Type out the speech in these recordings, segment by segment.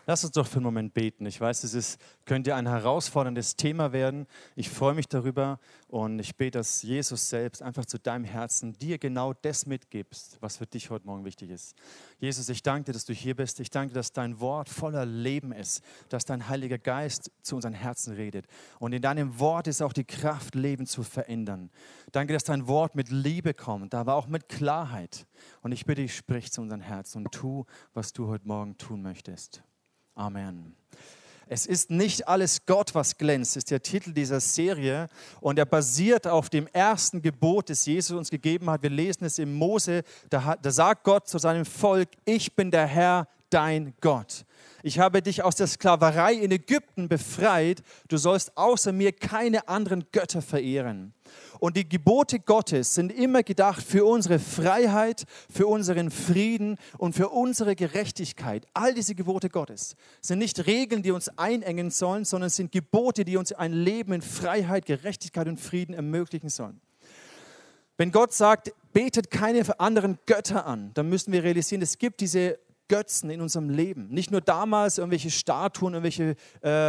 Lass uns doch für einen Moment beten. Ich weiß, könnte ein herausforderndes Thema werden. Ich freue mich darüber und ich bete, dass Jesus selbst einfach zu deinem Herzen dir genau das mitgibst, was für dich heute Morgen wichtig ist. Jesus, ich danke dir, dass du hier bist. Ich danke dir, dass dein Wort voller Leben ist, dass dein Heiliger Geist zu unseren Herzen redet. Und in deinem Wort ist auch die Kraft, Leben zu verändern. Danke, dass dein Wort mit Liebe kommt, aber auch mit Klarheit. Und ich bitte dich, sprich zu unseren Herzen und tu, was du heute Morgen tun möchtest. Amen. Es ist nicht alles Gott, was glänzt, ist der Titel dieser Serie und er basiert auf dem ersten Gebot, das Jesus uns gegeben hat. Wir lesen es im Mose, da sagt Gott zu seinem Volk, ich bin der Herr, dein Gott. Ich habe dich aus der Sklaverei in Ägypten befreit, du sollst außer mir keine anderen Götter verehren. Und die Gebote Gottes sind immer gedacht für unsere Freiheit, für unseren Frieden und für unsere Gerechtigkeit. All diese Gebote Gottes sind nicht Regeln, die uns einengen sollen, sondern sind Gebote, die uns ein Leben in Freiheit, Gerechtigkeit und Frieden ermöglichen sollen. Wenn Gott sagt, betet keine anderen Götter an, dann müssen wir realisieren, es gibt diese Götzen in unserem Leben. Nicht nur damals irgendwelche Statuen, irgendwelche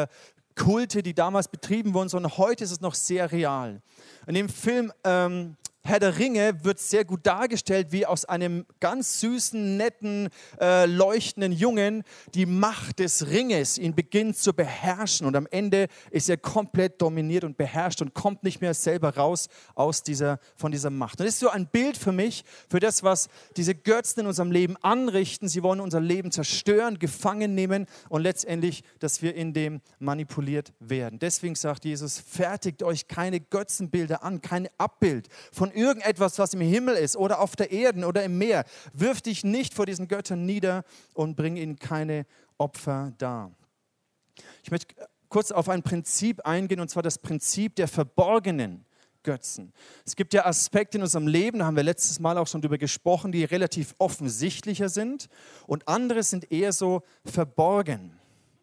Kulte, die damals betrieben wurden, sondern heute ist es noch sehr real. In dem Film Herr der Ringe wird sehr gut dargestellt, wie aus einem ganz süßen, netten, leuchtenden Jungen die Macht des Ringes ihn beginnt zu beherrschen. Und am Ende ist er komplett dominiert und beherrscht und kommt nicht mehr selber raus von dieser Macht. Und das ist so ein Bild für mich, für das, was diese Götzen in unserem Leben anrichten. Sie wollen unser Leben zerstören, gefangen nehmen und letztendlich, dass wir in dem manipuliert werden. Deswegen sagt Jesus, fertigt euch keine Götzenbilder an, kein Abbild von irgendetwas, was im Himmel ist oder auf der Erde oder im Meer. Wirf dich nicht vor diesen Göttern nieder und bring ihnen keine Opfer dar. Ich möchte kurz auf ein Prinzip eingehen, und zwar das Prinzip der verborgenen Götzen. Es gibt ja Aspekte in unserem Leben, da haben wir letztes Mal auch schon drüber gesprochen, die relativ offensichtlicher sind und andere sind eher so verborgen.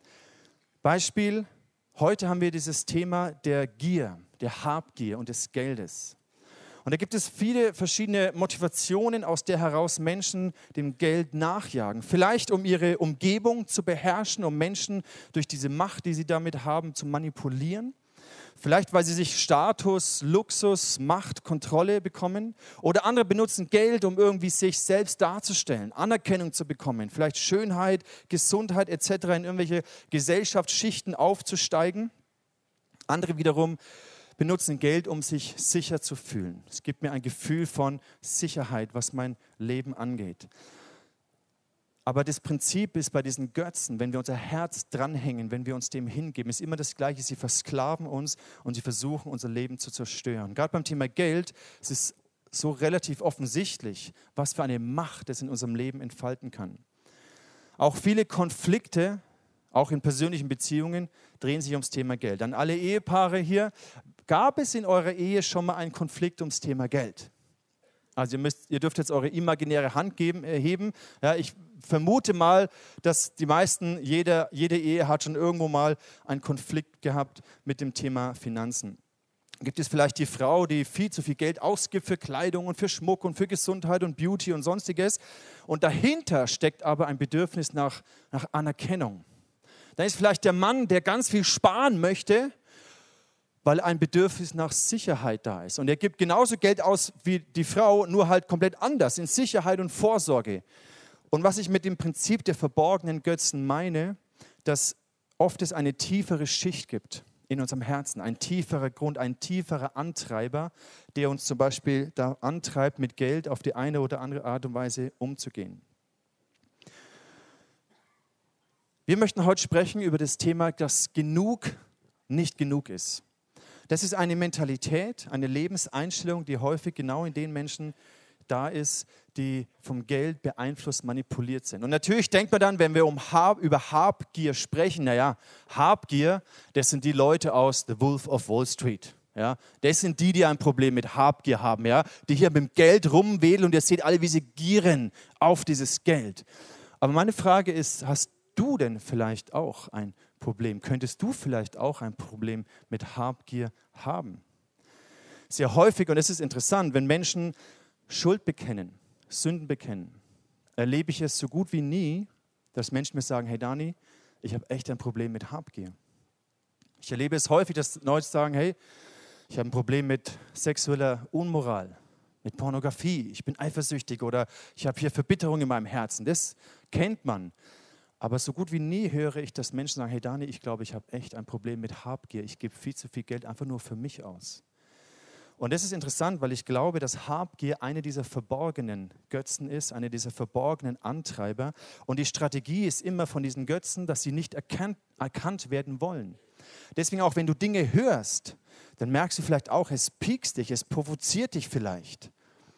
Beispiel, heute haben wir dieses Thema der Gier, der Habgier und des Geldes. Und da gibt es viele verschiedene Motivationen, aus der heraus Menschen dem Geld nachjagen. Vielleicht um ihre Umgebung zu beherrschen, um Menschen durch diese Macht, die sie damit haben, zu manipulieren. Vielleicht, weil sie sich Status, Luxus, Macht, Kontrolle bekommen. Oder andere benutzen Geld, um irgendwie sich selbst darzustellen, Anerkennung zu bekommen. Vielleicht Schönheit, Gesundheit etc. in irgendwelche Gesellschaftsschichten aufzusteigen. Andere wiederum benutzen Geld, um sich sicher zu fühlen. Es gibt mir ein Gefühl von Sicherheit, was mein Leben angeht. Aber das Prinzip ist bei diesen Götzen, wenn wir unser Herz dranhängen, wenn wir uns dem hingeben, ist immer das Gleiche. Sie versklaven uns und sie versuchen, unser Leben zu zerstören. Gerade beim Thema Geld ist es so relativ offensichtlich, was für eine Macht es in unserem Leben entfalten kann. Auch viele Konflikte, auch in persönlichen Beziehungen, drehen sich ums Thema Geld. An alle Ehepaare hier, gab es in eurer Ehe schon mal einen Konflikt ums Thema Geld? Also ihr dürft jetzt eure imaginäre Hand erheben. Ja, ich vermute mal, dass die meisten, jede Ehe hat schon irgendwo mal einen Konflikt gehabt mit dem Thema Finanzen. Gibt es vielleicht die Frau, die viel zu viel Geld ausgibt für Kleidung und für Schmuck und für Gesundheit und Beauty und sonstiges. Und dahinter steckt aber ein Bedürfnis nach Anerkennung. Dann ist vielleicht der Mann, der ganz viel sparen möchte, weil ein Bedürfnis nach Sicherheit da ist. Und er gibt genauso Geld aus wie die Frau, nur halt komplett anders, in Sicherheit und Vorsorge. Und was ich mit dem Prinzip der verborgenen Götzen meine, dass oft es eine tiefere Schicht gibt in unserem Herzen, ein tieferer Grund, ein tieferer Antreiber, der uns zum Beispiel da antreibt, mit Geld auf die eine oder andere Art und Weise umzugehen. Wir möchten heute sprechen über das Thema, dass genug nicht genug ist. Das ist eine Mentalität, eine Lebenseinstellung, die häufig genau in den Menschen da ist, die vom Geld beeinflusst, manipuliert sind. Und natürlich denkt man dann, wenn wir über Habgier sprechen, naja, Habgier, das sind die Leute aus The Wolf of Wall Street. Ja, das sind die ein Problem mit Habgier haben, ja, die hier mit dem Geld rumwedeln und ihr seht alle, wie sie gieren auf dieses Geld. Aber meine Frage ist, hast du denn vielleicht auch ein Problem? Könntest du vielleicht auch ein Problem mit Habgier haben? Sehr häufig, und es ist interessant, wenn Menschen Schuld bekennen, Sünden bekennen, erlebe ich es so gut wie nie, dass Menschen mir sagen, hey Dani, ich habe echt ein Problem mit Habgier. Ich erlebe es häufig, dass Leute sagen, hey, ich habe ein Problem mit sexueller Unmoral, mit Pornografie, ich bin eifersüchtig oder ich habe hier Verbitterung in meinem Herzen. Das kennt man. Aber so gut wie nie höre ich, dass Menschen sagen, hey Dani, ich glaube, ich habe echt ein Problem mit Habgier. Ich gebe viel zu viel Geld einfach nur für mich aus. Und das ist interessant, weil ich glaube, dass Habgier eine dieser verborgenen Götzen ist, eine dieser verborgenen Antreiber. Und die Strategie ist immer von diesen Götzen, dass sie nicht erkannt werden wollen. Deswegen auch, wenn du Dinge hörst, dann merkst du vielleicht auch, es piekst dich, es provoziert dich vielleicht.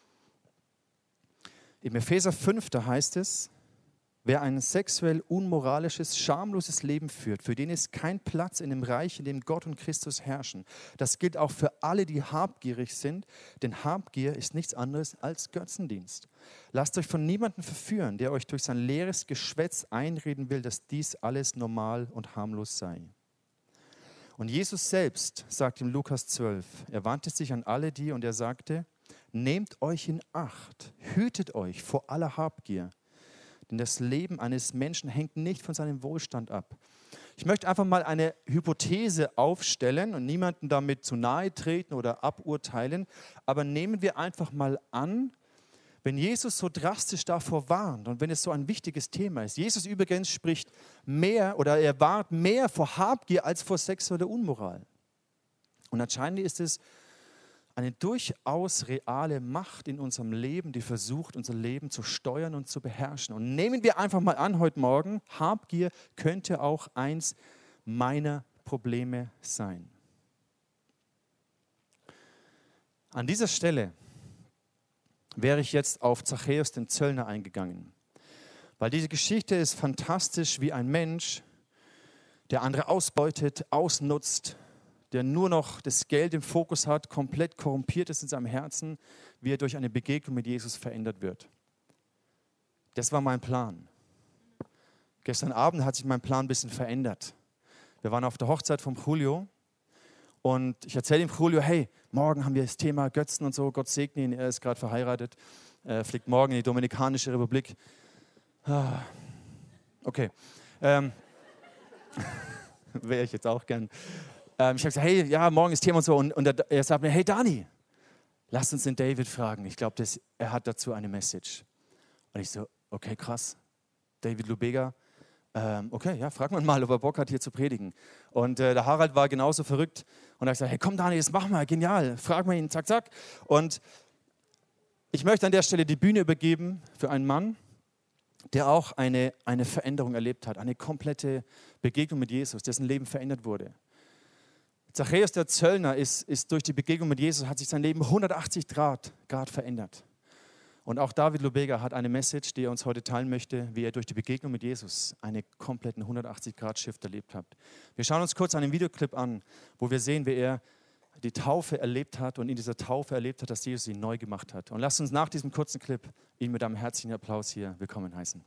Im Epheser 5, da heißt es, wer ein sexuell unmoralisches, schamloses Leben führt, für den ist kein Platz in dem Reich, in dem Gott und Christus herrschen. Das gilt auch für alle, die habgierig sind, denn Habgier ist nichts anderes als Götzendienst. Lasst euch von niemandem verführen, der euch durch sein leeres Geschwätz einreden will, dass dies alles normal und harmlos sei. Und Jesus selbst sagt in Lukas 12, er wandte sich an alle die und er sagte, nehmt euch in Acht, hütet euch vor aller Habgier. Denn das Leben eines Menschen hängt nicht von seinem Wohlstand ab. Ich möchte einfach mal eine Hypothese aufstellen und niemanden damit zu nahe treten oder aburteilen. Aber nehmen wir einfach mal an, wenn Jesus so drastisch davor warnt und wenn es so ein wichtiges Thema ist. Jesus übrigens spricht mehr oder er warnt mehr vor Habgier als vor sexueller Unmoral. Und anscheinend ist es eine durchaus reale Macht in unserem Leben, die versucht, unser Leben zu steuern und zu beherrschen. Und nehmen wir einfach mal an heute Morgen, Habgier könnte auch eins meiner Probleme sein. An dieser Stelle wäre ich jetzt auf Zachäus, den Zöllner, eingegangen. Weil diese Geschichte ist fantastisch, wie ein Mensch, der andere ausbeutet, ausnutzt, der nur noch das Geld im Fokus hat, komplett korrumpiert ist in seinem Herzen, wie er durch eine Begegnung mit Jesus verändert wird. Das war mein Plan. Gestern Abend hat sich mein Plan ein bisschen verändert. Wir waren auf der Hochzeit von Julio und ich erzähle ihm Julio, hey, morgen haben wir das Thema Götzen und so, Gott segne ihn, er ist gerade verheiratet, fliegt morgen in die Dominikanische Republik. Okay, wäre ich jetzt auch gern. Ich habe gesagt, hey, ja, morgen ist Thema und so. Und er sagt mir, hey Dani, lass uns den David fragen. Ich glaube, er hat dazu eine Message. Und ich so, okay, krass. David Lubega, okay, ja, frag mal, ob er Bock hat, hier zu predigen. Und der Harald war genauso verrückt. Und er hat gesagt, hey, komm Dani, das mach mal, genial. Frag mal ihn, zack, zack. Und ich möchte an der Stelle die Bühne übergeben für einen Mann, der auch eine Veränderung erlebt hat. Eine komplette Begegnung mit Jesus, dessen Leben verändert wurde. Zachäus, der Zöllner, ist durch die Begegnung mit Jesus, hat sich sein Leben 180 Grad verändert. Und auch David Lubega hat eine Message, die er uns heute teilen möchte, wie er durch die Begegnung mit Jesus einen kompletten 180-Grad-Shift erlebt hat. Wir schauen uns kurz einen Videoclip an, wo wir sehen, wie er die Taufe erlebt hat und in dieser Taufe erlebt hat, dass Jesus ihn neu gemacht hat. Und lasst uns nach diesem kurzen Clip ihn mit einem herzlichen Applaus hier willkommen heißen.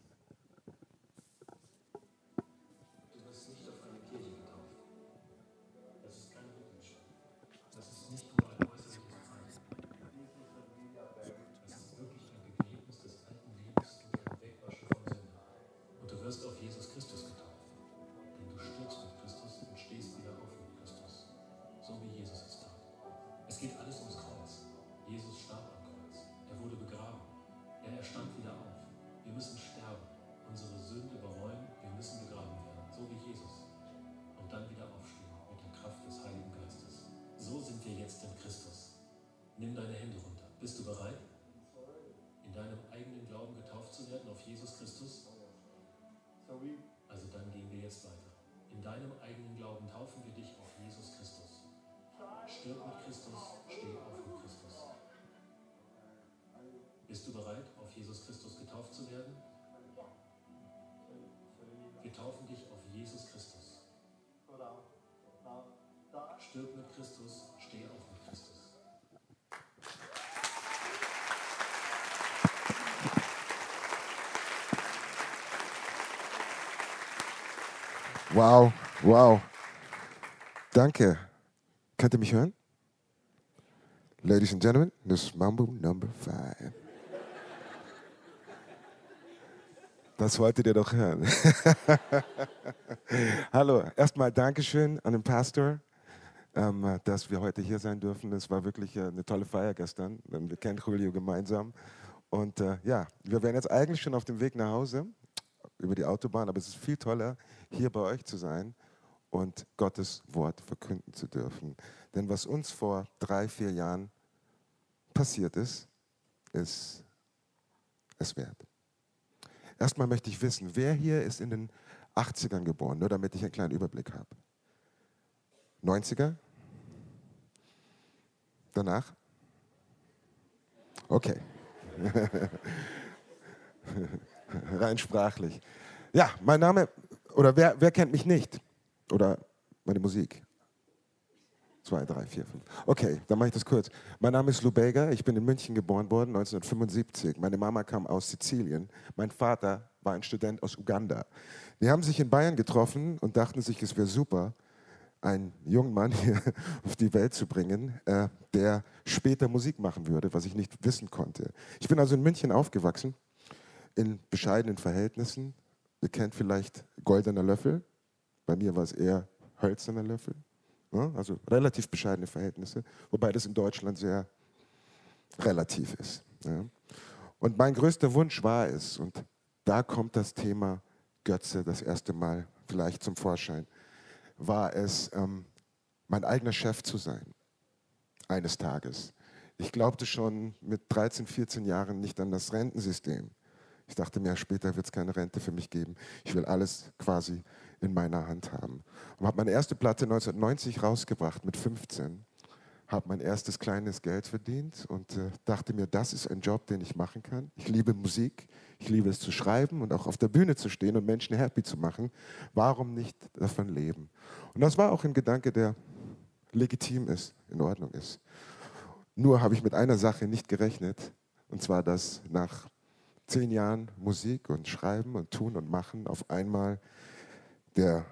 Nimm deine Hände runter. Bist du bereit, in deinem eigenen Glauben getauft zu werden auf Jesus Christus? Also dann gehen wir jetzt weiter. In deinem eigenen Glauben taufen wir dich auf Jesus Christus. Stirb mit Christus, steh auf mit Christus. Bist du bereit, auf Jesus Christus getauft zu werden? Wir taufen dich auf Jesus Christus. Stirb mit Christus, steh auf mit Christus. Wow, wow. Danke. Könnt ihr mich hören? Ladies and Gentlemen, this is Mambo number 5. Das wolltet ihr doch hören. Hallo, erstmal Dankeschön an den Pastor, dass wir heute hier sein dürfen. Es war wirklich eine tolle Feier gestern. Wir kennen Julio gemeinsam. Und ja, wir wären jetzt eigentlich schon auf dem Weg nach Hause über die Autobahn, aber es ist viel toller, hier bei euch zu sein und Gottes Wort verkünden zu dürfen. Denn was uns vor 3-4 Jahren passiert ist, ist es wert. Erstmal möchte ich wissen, wer hier ist in den 80ern geboren, nur damit ich einen kleinen Überblick habe. 90er? Danach? Okay. Rein sprachlich. Ja, mein Name, oder wer kennt mich nicht? Oder meine Musik? 2, 3, 4, 5. Okay, dann mache ich das kurz. Mein Name ist Lou Bega, ich bin in München geboren worden, 1975. Meine Mama kam aus Sizilien. Mein Vater war ein Student aus Uganda. Die haben sich in Bayern getroffen und dachten sich, es wäre super, einen jungen Mann hier auf die Welt zu bringen, der später Musik machen würde, was ich nicht wissen konnte. Ich bin also in München aufgewachsen, in bescheidenen Verhältnissen. Ihr kennt vielleicht Goldener Löffel. Bei mir war es eher Hölzerner Löffel. Ja, also relativ bescheidene Verhältnisse, wobei das in Deutschland sehr relativ ist. Ja. Und mein größter Wunsch war es, und da kommt das Thema Götze das erste Mal vielleicht zum Vorschein, war es, mein eigener Chef zu sein, eines Tages. Ich glaubte schon mit 13, 14 Jahren nicht an das Rentensystem. Ich dachte mir, später wird es keine Rente für mich geben. Ich will alles quasi in meiner Hand haben. Und habe meine erste Platte 1990 rausgebracht mit 15. Habe mein erstes kleines Geld verdient und dachte mir, das ist ein Job, den ich machen kann. Ich liebe Musik, ich liebe es zu schreiben und auch auf der Bühne zu stehen und Menschen happy zu machen. Warum nicht davon leben? Und das war auch ein Gedanke, der legitim ist, in Ordnung ist. Nur habe ich mit einer Sache nicht gerechnet, und zwar, dass nach 10 Jahren Musik und Schreiben und Tun und Machen auf einmal der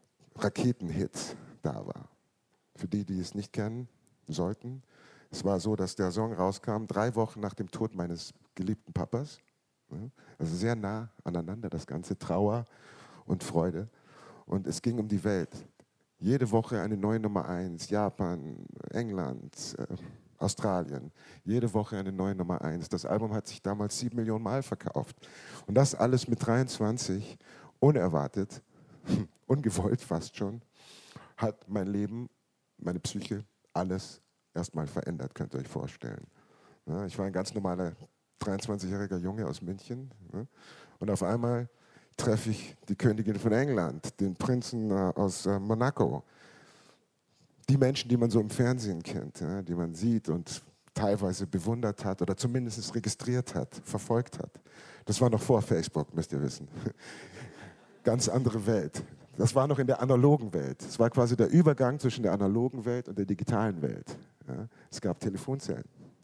Raketenhit da war. Für die, die es nicht kennen sollten, es war so, dass der Song rauskam 3 Wochen nach dem Tod meines geliebten Papas. Also sehr nah aneinander, das ganze Trauer und Freude. Und es ging um die Welt. Jede Woche eine neue Nummer 1, Japan, England, Australien. Jede Woche eine neue Nummer 1. Das Album hat sich damals 7 Millionen Mal verkauft. Und das alles mit 23, unerwartet, ungewollt fast schon, hat mein Leben, meine Psyche, alles erstmal verändert, könnt ihr euch vorstellen. Ja, ich war ein ganz normaler 23-jähriger Junge aus München. Ja, und auf einmal treffe ich die Königin von England, den Prinzen aus Monaco. Die Menschen, die man so im Fernsehen kennt, ja, die man sieht und teilweise bewundert hat oder zumindest registriert hat, verfolgt hat. Das war noch vor Facebook, müsst ihr wissen. Ganz andere Welt. Das war noch in der analogen Welt. Es war quasi der Übergang zwischen der analogen Welt und der digitalen Welt. Ja, es gab Telefonzellen.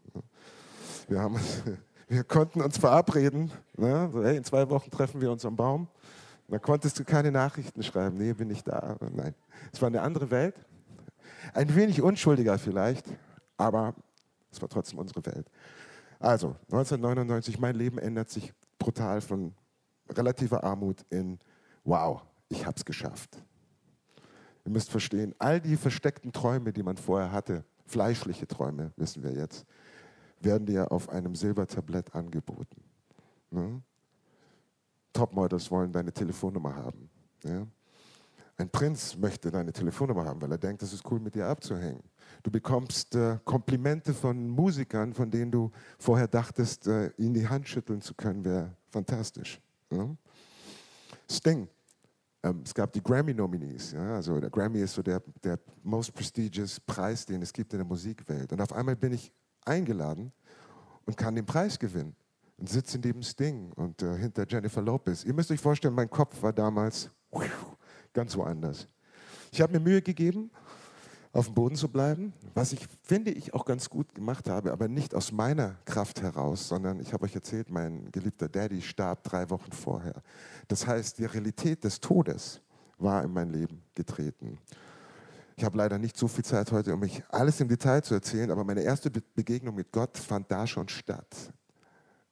Ja. Wir konnten uns verabreden. Ne? So, hey, in 2 Wochen treffen wir uns am Baum. Da konntest du keine Nachrichten schreiben. Nee, bin ich da. Nein. Es war eine andere Welt. Ein wenig unschuldiger vielleicht, aber es war trotzdem unsere Welt. Also, 1999, mein Leben ändert sich brutal von relativer Armut in wow, ich hab's geschafft. Ihr müsst verstehen, all die versteckten Träume, die man vorher hatte, fleischliche Träume, wissen wir jetzt, werden dir auf einem Silbertablett angeboten. Ne? Topmodels wollen deine Telefonnummer haben. Ja? Ein Prinz möchte deine Telefonnummer haben, weil er denkt, es ist cool, mit dir abzuhängen. Du bekommst Komplimente von Musikern, von denen du vorher dachtest, ihnen die Hand schütteln zu können, wäre fantastisch. Ja? Sting. Es gab die Grammy-Nominees. Ja? Also der Grammy ist so der most prestigious Preis, den es gibt in der Musikwelt. Und auf einmal bin ich eingeladen und kann den Preis gewinnen. Und sitze neben Sting und hinter Jennifer Lopez. Ihr müsst euch vorstellen, mein Kopf war damals ganz woanders. Ich habe mir Mühe gegeben, auf dem Boden zu bleiben, was ich, finde ich, auch ganz gut gemacht habe, aber nicht aus meiner Kraft heraus, sondern ich habe euch erzählt, mein geliebter Daddy starb 3 Wochen vorher. Das heißt, die Realität des Todes war in mein Leben getreten. Ich habe leider nicht so viel Zeit heute, um mich alles im Detail zu erzählen, aber meine erste Begegnung mit Gott fand da schon statt.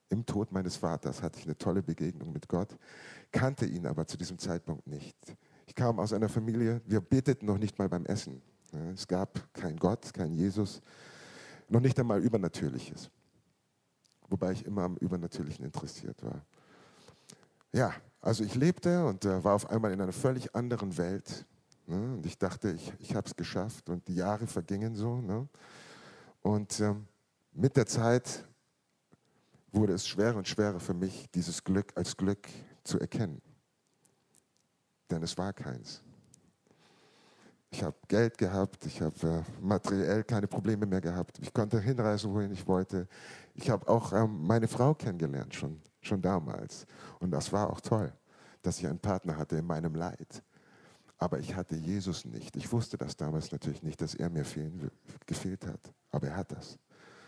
im Tod meines Vaters hatte ich eine tolle Begegnung mit Gott, kannte ihn aber zu diesem Zeitpunkt nicht. Ich kam aus einer Familie, wir beteten noch nicht mal beim Essen. Es gab keinen Gott, keinen Jesus, noch nicht einmal Übernatürliches. Wobei ich immer am Übernatürlichen interessiert war. Ja, also ich lebte und war auf einmal in einer völlig anderen Welt. Ne? Und ich dachte, ich habe es geschafft und die Jahre vergingen so. Ne? Und mit der Zeit wurde es schwerer und schwerer für mich, dieses Glück als Glück zu erkennen. Denn es war keins. Ich habe Geld gehabt, ich habe materiell keine Probleme mehr gehabt. Ich konnte hinreisen, wohin ich wollte. Ich habe auch meine Frau kennengelernt, schon damals. Und das war auch toll, dass ich einen Partner hatte in meinem Leid. Aber ich hatte Jesus nicht. Ich wusste das damals natürlich nicht, dass er mir gefehlt hat. Aber er hat das.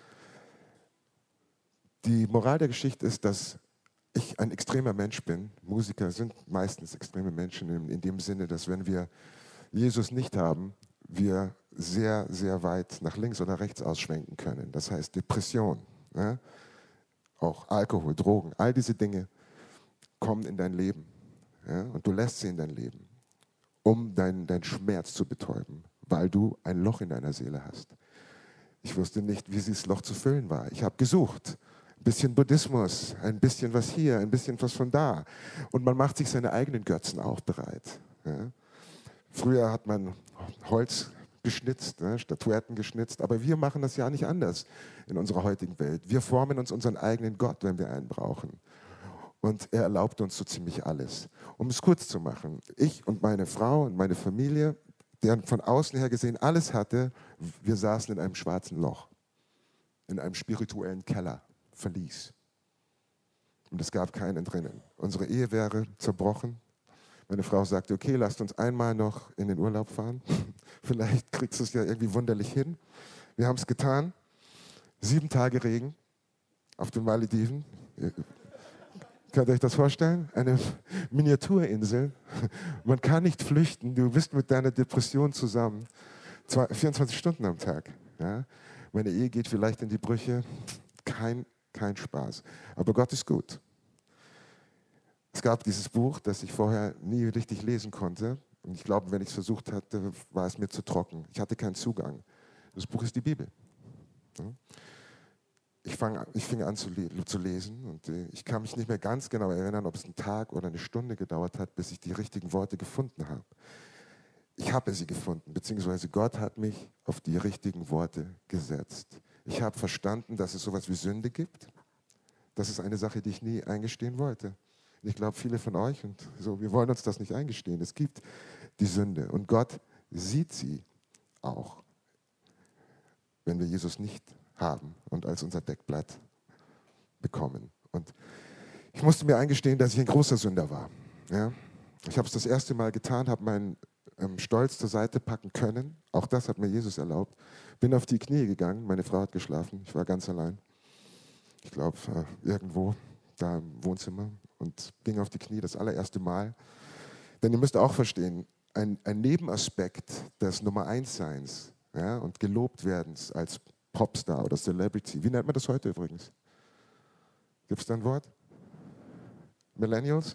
Die Moral der Geschichte ist, dass ich ein extremer Mensch bin. Musiker sind meistens extreme Menschen in dem Sinne, dass wenn wir Jesus nicht haben, wir sehr, sehr weit nach links oder rechts ausschwenken können. Das heißt Depression, ja? Auch Alkohol, Drogen, all diese Dinge kommen in dein Leben. Ja? Und du lässt sie in dein Leben, um deinen Schmerz zu betäuben, weil du ein Loch in deiner Seele hast. Ich wusste nicht, wie dieses Loch zu füllen war. Ich habe gesucht. Ein bisschen Buddhismus, ein bisschen was hier, ein bisschen was von da. Und man macht sich seine eigenen Götzen auch bereit. Ja? Früher hat man Holz geschnitzt, ne, Statuetten geschnitzt, aber wir machen das ja nicht anders in unserer heutigen Welt. Wir formen uns unseren eigenen Gott, wenn wir einen brauchen. Und er erlaubt uns so ziemlich alles. Um es kurz zu machen, ich und meine Frau und meine Familie, der von außen her gesehen alles hatte, wir saßen in einem schwarzen Loch, in einem spirituellen Keller, Verlies. Und es gab keinen drinnen. Unsere Ehe wäre zerbrochen. Meine Frau sagte, okay, lasst uns einmal noch in den Urlaub fahren. Vielleicht kriegst du es ja irgendwie wunderlich hin. Wir haben es getan. 7 Tage Regen auf den Malediven. Könnt ihr euch das vorstellen? Eine Miniaturinsel. Man kann nicht flüchten. Du bist mit deiner Depression zusammen. 24 Stunden am Tag. Ja? Meine Ehe geht vielleicht in die Brüche. Kein Spaß. Aber Gott ist gut. Es gab dieses Buch, das ich vorher nie richtig lesen konnte. Und ich glaube, wenn ich es versucht hatte, war es mir zu trocken. Ich hatte keinen Zugang. Das Buch ist die Bibel. Ich fing an zu lesen und ich kann mich nicht mehr ganz genau erinnern, ob es einen Tag oder eine Stunde gedauert hat, bis ich die richtigen Worte gefunden habe. Ich habe sie gefunden, beziehungsweise Gott hat mich auf die richtigen Worte gesetzt. Ich habe verstanden, dass es sowas wie Sünde gibt. Das ist eine Sache, die ich nie eingestehen wollte. Ich glaube, viele von euch, und so, wir wollen uns das nicht eingestehen. Es gibt die Sünde und Gott sieht sie auch, wenn wir Jesus nicht haben und als unser Deckblatt bekommen. Und ich musste mir eingestehen, dass ich ein großer Sünder war. Ja? Ich habe es das erste Mal getan, habe meinen Stolz zur Seite packen können. Auch das hat mir Jesus erlaubt. Bin auf die Knie gegangen, meine Frau hat geschlafen, ich war ganz allein. Ich glaube, irgendwo da im Wohnzimmer und ging auf die Knie das allererste Mal. Denn ihr müsst auch verstehen, ein Nebenaspekt des Nummer-1-Seins, ja, und gelobt werdens als Popstar oder Celebrity. Wie nennt man das heute übrigens? Gibt es da ein Wort? Millennials?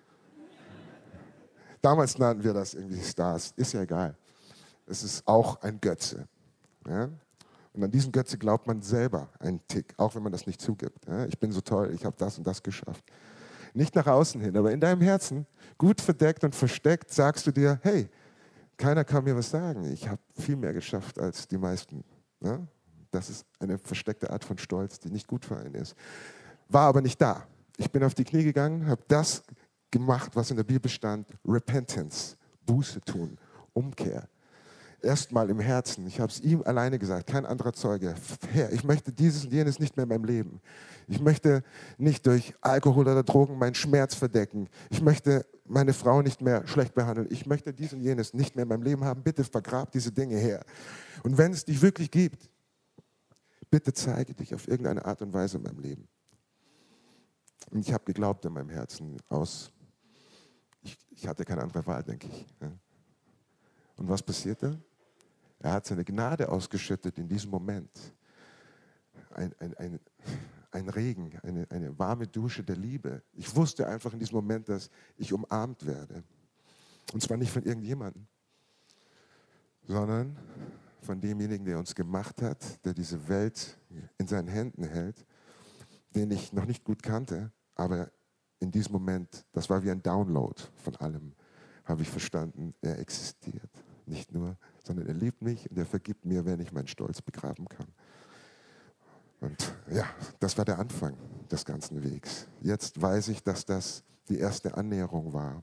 Damals nannten wir das irgendwie Stars. Ist ja egal. Es ist auch ein Götze. Ja? Und an diesen Götze glaubt man selber einen Tick, auch wenn man das nicht zugibt. Ja? Ich bin so toll, ich habe das und das geschafft. Nicht nach außen hin, aber in deinem Herzen, gut verdeckt und versteckt, sagst du dir, hey, keiner kann mir was sagen. Ich habe viel mehr geschafft als die meisten. Ja? Das ist eine versteckte Art von Stolz, die nicht gut für einen ist. War aber nicht da. Ich bin auf die Knie gegangen, habe das gemacht, was in der Bibel stand, Repentance, Buße tun, Umkehr. Erstmal im Herzen. Ich habe es ihm alleine gesagt, kein anderer Zeuge. Herr, ich möchte dieses und jenes nicht mehr in meinem Leben. Ich möchte nicht durch Alkohol oder Drogen meinen Schmerz verdecken. Ich möchte meine Frau nicht mehr schlecht behandeln. Ich möchte dies und jenes nicht mehr in meinem Leben haben. Bitte vergrab diese Dinge her. Und wenn es dich wirklich gibt, bitte zeige dich auf irgendeine Art und Weise in meinem Leben. Und ich habe geglaubt in meinem Herzen aus. Ich hatte keine andere Wahl, denke ich. Und was passierte? Er hat seine Gnade ausgeschüttet in diesem Moment. Ein ein Regen, eine warme Dusche der Liebe. Ich wusste einfach in diesem Moment, dass ich umarmt werde. Und zwar nicht von irgendjemandem, sondern von demjenigen, der uns gemacht hat, der diese Welt in seinen Händen hält, den ich noch nicht gut kannte, aber in diesem Moment, das war wie ein Download von allem, habe ich verstanden, er existiert. Nicht nur, sondern er liebt mich und er vergibt mir, wenn ich meinen Stolz begraben kann. Und ja, das war der Anfang des ganzen Wegs. Jetzt weiß ich, dass das die erste Annäherung war.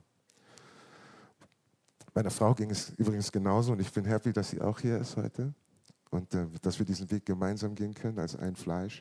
Meiner Frau ging es übrigens genauso und ich bin happy, dass sie auch hier ist heute und dass wir diesen Weg gemeinsam gehen können als ein Fleisch.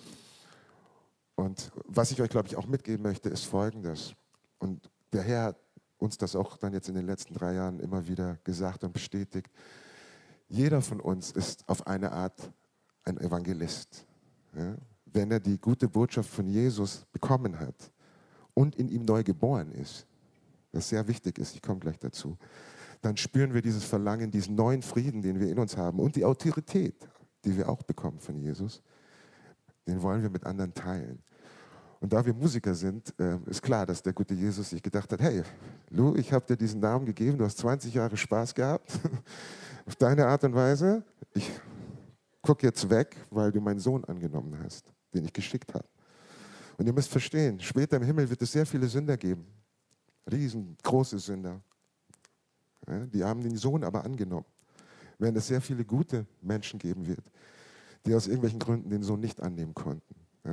Und was ich euch, glaube ich, auch mitgeben möchte, ist Folgendes. Und der Herr hat uns das auch dann jetzt in den letzten 3 Jahren immer wieder gesagt und bestätigt. Jeder von uns ist auf eine Art ein Evangelist. Ja? Wenn er die gute Botschaft von Jesus bekommen hat und in ihm neu geboren ist, was sehr wichtig ist, ich komme gleich dazu, dann spüren wir dieses Verlangen, diesen neuen Frieden, den wir in uns haben und die Autorität, die wir auch bekommen von Jesus, den wollen wir mit anderen teilen. Und da wir Musiker sind, ist klar, dass der gute Jesus sich gedacht hat, hey, Lou, ich habe dir diesen Namen gegeben, du hast 20 Jahre Spaß gehabt, auf deine Art und Weise. Ich gucke jetzt weg, weil du meinen Sohn angenommen hast, den ich geschickt habe. Und ihr müsst verstehen, später im Himmel wird es sehr viele Sünder geben, riesengroße Sünder. Ja, die haben den Sohn aber angenommen. Während es sehr viele gute Menschen geben wird, die aus irgendwelchen Gründen den Sohn nicht annehmen konnten. Ja.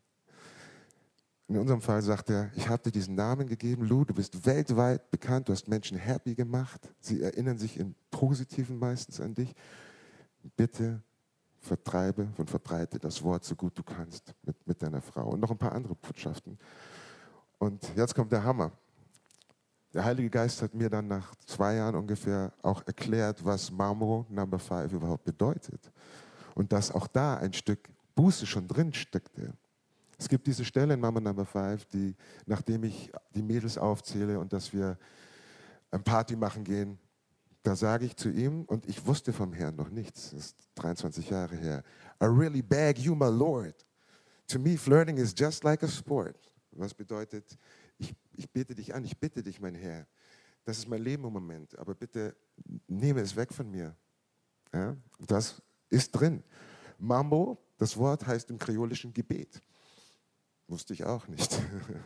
In unserem Fall sagt er, ich habe dir diesen Namen gegeben, Lou, du bist weltweit bekannt, du hast Menschen happy gemacht, sie erinnern sich im Positiven meistens an dich. Bitte vertreibe und verbreite das Wort so gut du kannst mit deiner Frau. Und noch ein paar andere Botschaften. Und jetzt kommt der Hammer. Der Heilige Geist hat mir dann nach 2 Jahren ungefähr auch erklärt, was Mambo Number 5 überhaupt bedeutet. Und dass auch da ein Stück Buße schon drin steckte. Es gibt diese Stelle in Mambo Number 5, die, nachdem ich die Mädels aufzähle und dass wir ein Party machen gehen, da sage ich zu ihm, und ich wusste vom Herrn noch nichts, das ist 23 Jahre her, I really beg you, my Lord. To me, flirting is just like a sport. Was bedeutet, ich bete dich an, ich bitte dich, mein Herr. Das ist mein Leben im Moment, aber bitte nehme es weg von mir. Ja, das ist drin. Mambo, das Wort heißt im kreolischen Gebet. Wusste ich auch nicht.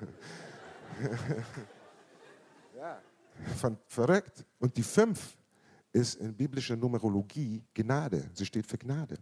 Ja, verrückt. Und die 5 ist in biblischer Numerologie Gnade. Sie steht für Gnade.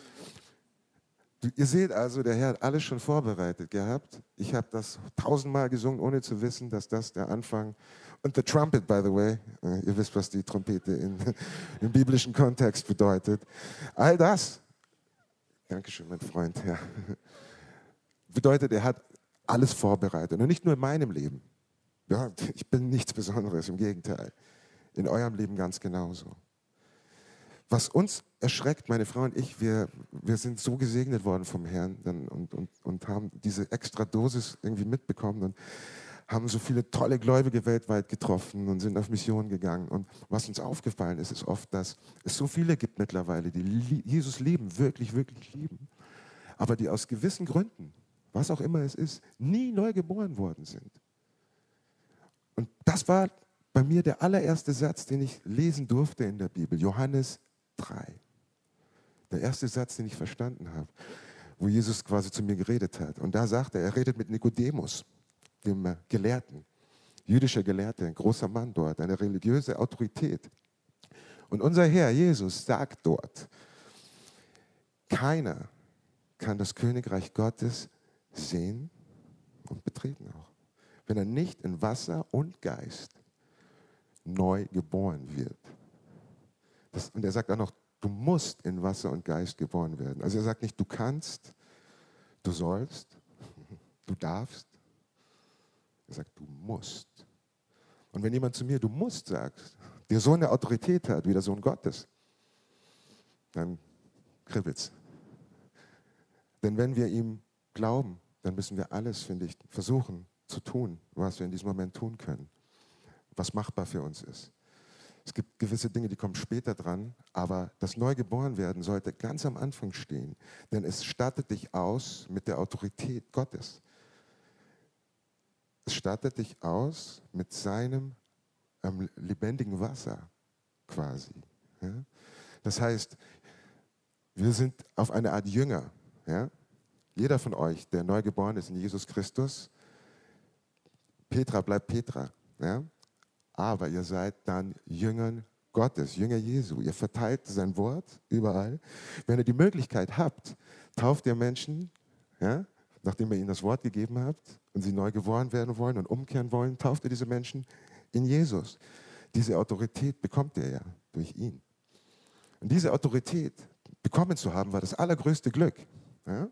Ihr seht also, der Herr hat alles schon vorbereitet gehabt. Ich habe das 1000-mal gesungen, ohne zu wissen, dass das der Anfang... Und the trumpet, by the way, ihr wisst, was die Trompete im biblischen Kontext bedeutet. All das, Dankeschön, mein Freund, ja, bedeutet, er hat alles vorbereitet. Und nicht nur in meinem Leben. Ja, ich bin nichts Besonderes, im Gegenteil. In eurem Leben ganz genauso. Was uns erschreckt, meine Frau und ich, wir sind so gesegnet worden vom Herrn und haben diese extra Dosis irgendwie mitbekommen und haben so viele tolle Gläubige weltweit getroffen und sind auf Mission gegangen. Und was uns aufgefallen ist, ist oft, dass es so viele gibt mittlerweile, die Jesus lieben, wirklich, wirklich lieben, aber die aus gewissen Gründen, was auch immer es ist, nie neu geboren worden sind. Und das war bei mir der allererste Satz, den ich lesen durfte in der Bibel, Johannes 3. Der erste Satz, den ich verstanden habe, wo Jesus quasi zu mir geredet hat. Und da sagt er redet mit Nikodemus, dem Gelehrten, jüdischer Gelehrter, ein großer Mann dort, eine religiöse Autorität. Und unser Herr Jesus sagt dort, keiner kann das Königreich Gottes sehen und betreten auch, wenn er nicht in Wasser und Geist neu geboren wird. Und er sagt auch noch, du musst in Wasser und Geist geboren werden. Also er sagt nicht, du kannst, du sollst, du darfst. Er sagt, du musst. Und wenn jemand zu mir, du musst, sagt, der so eine Autorität hat, wie der Sohn Gottes, dann kribbelt's. Denn wenn wir ihm glauben, dann müssen wir alles, finde ich, versuchen zu tun, was wir in diesem Moment tun können, was machbar für uns ist. Es gibt gewisse Dinge, die kommen später dran, aber das Neugeborenwerden sollte ganz am Anfang stehen, denn es stattet dich aus mit der Autorität Gottes. Es stattet dich aus mit seinem lebendigen Wasser quasi. Ja? Das heißt, wir sind auf eine Art Jünger. Ja? Jeder von euch, der neu geboren ist in Jesus Christus, Petra bleibt Petra. Ja? Aber ihr seid dann Jüngern Gottes, Jünger Jesu. Ihr verteilt sein Wort überall. Wenn ihr die Möglichkeit habt, tauft ihr Menschen, ja? Nachdem ihr ihnen das Wort gegeben habt und sie neu geboren werden wollen und umkehren wollen, tauft ihr diese Menschen in Jesus. Diese Autorität bekommt ihr ja durch ihn. Und diese Autorität bekommen zu haben, war das allergrößte Glück. Ja?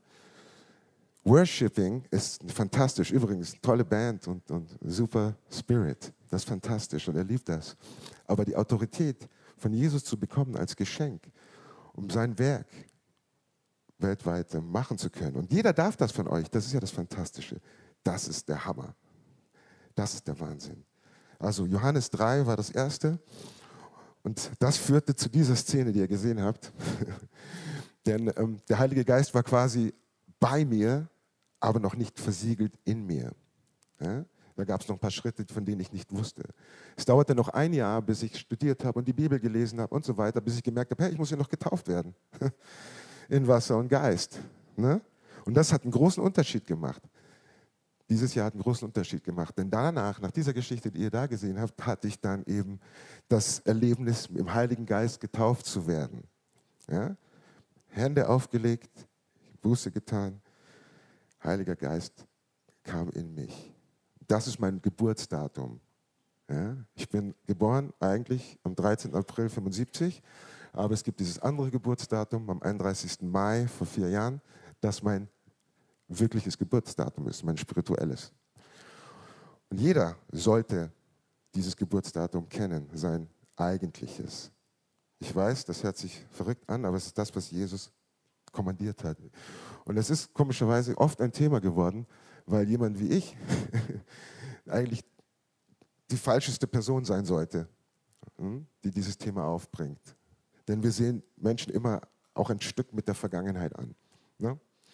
Worshipping ist fantastisch. Übrigens, tolle Band und super Spirit. Das ist fantastisch und er liebt das. Aber die Autorität von Jesus zu bekommen als Geschenk, um sein Werk weltweit machen zu können. Und jeder darf das von euch. Das ist ja das Fantastische. Das ist der Hammer. Das ist der Wahnsinn. Also Johannes 3 war das erste. Und das führte zu dieser Szene, die ihr gesehen habt. Denn der Heilige Geist war quasi bei mir, aber noch nicht versiegelt in mir. Ja? Da gab es noch ein paar Schritte, von denen ich nicht wusste. Es dauerte noch ein Jahr, bis ich studiert habe und die Bibel gelesen habe und so weiter, bis ich gemerkt habe, hey, ich muss ja noch getauft werden. In Wasser und Geist. Ne? Und das hat einen großen Unterschied gemacht. Dieses Jahr hat einen großen Unterschied gemacht. Denn danach, nach dieser Geschichte, die ihr da gesehen habt, hatte ich dann eben das Erlebnis, im Heiligen Geist getauft zu werden. Ja? Hände aufgelegt, Buße getan, Heiliger Geist kam in mich. Das ist mein Geburtsdatum. Ja? Ich bin geboren eigentlich am 13. April 1975, aber es gibt dieses andere Geburtsdatum am 31. Mai vor 4 Jahren, das mein wirkliches Geburtsdatum ist, mein spirituelles. Und jeder sollte dieses Geburtsdatum kennen, sein eigentliches. Ich weiß, das hört sich verrückt an, aber es ist das, was Jesus kommandiert hat. Und es ist komischerweise oft ein Thema geworden, weil jemand wie ich eigentlich die falscheste Person sein sollte, die dieses Thema aufbringt. Denn wir sehen Menschen immer auch ein Stück mit der Vergangenheit an. Ne?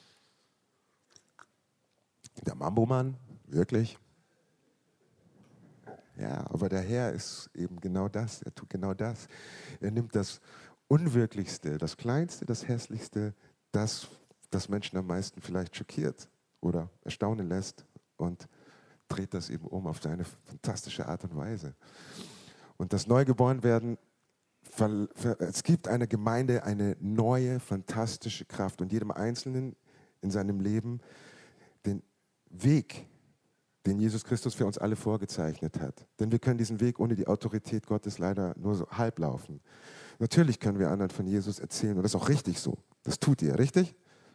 Der Mambo-Mann, wirklich? Ja, aber der Herr ist eben genau das. Er tut genau das. Er nimmt das Unwirklichste, das Kleinste, das Hässlichste, das Menschen am meisten vielleicht schockiert oder erstaunen lässt und dreht das eben um auf seine fantastische Art und Weise. Und das Neugeborenwerden, es gibt einer Gemeinde eine neue, fantastische Kraft und jedem Einzelnen in seinem Leben den Weg, den Jesus Christus für uns alle vorgezeichnet hat. Denn wir können diesen Weg ohne die Autorität Gottes leider nur so halb laufen. Natürlich können wir anderen von Jesus erzählen und das ist auch richtig so. Das tut ihr, richtig?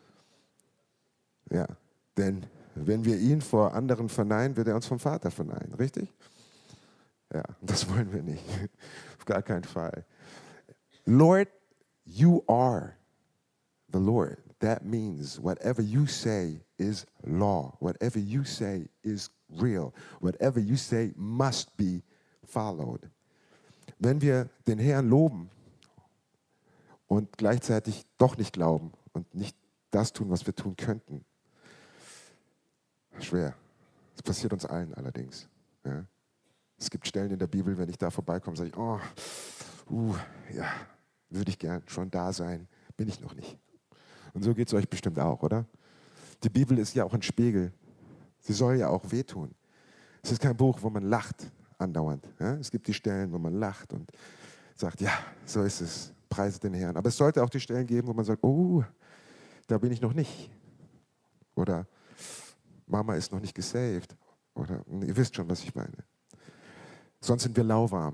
Ja, denn wenn wir ihn vor anderen verneinen, wird er uns vom Vater verneinen, richtig? Ja, das wollen wir nicht. Auf gar keinen Fall. Lord, you are the Lord. That means whatever you say is law. Whatever you say is real. Whatever you say must be followed. Wenn wir den Herrn loben und gleichzeitig doch nicht glauben und nicht das tun, was wir tun könnten, schwer. Das passiert uns allen allerdings. Ja. Es gibt Stellen in der Bibel, wenn ich da vorbeikomme, sage ich, ja, würde ich gern schon da sein, bin ich noch nicht. Und so geht es euch bestimmt auch, oder? Die Bibel ist ja auch ein Spiegel. Sie soll ja auch wehtun. Es ist kein Buch, wo man lacht andauernd. Ja? Es gibt die Stellen, wo man lacht und sagt, ja, so ist es, preise den Herrn. Aber es sollte auch die Stellen geben, wo man sagt, da bin ich noch nicht. Oder Mama ist noch nicht gesaved. Oder ihr wisst schon, was ich meine. Sonst sind wir lauwarm.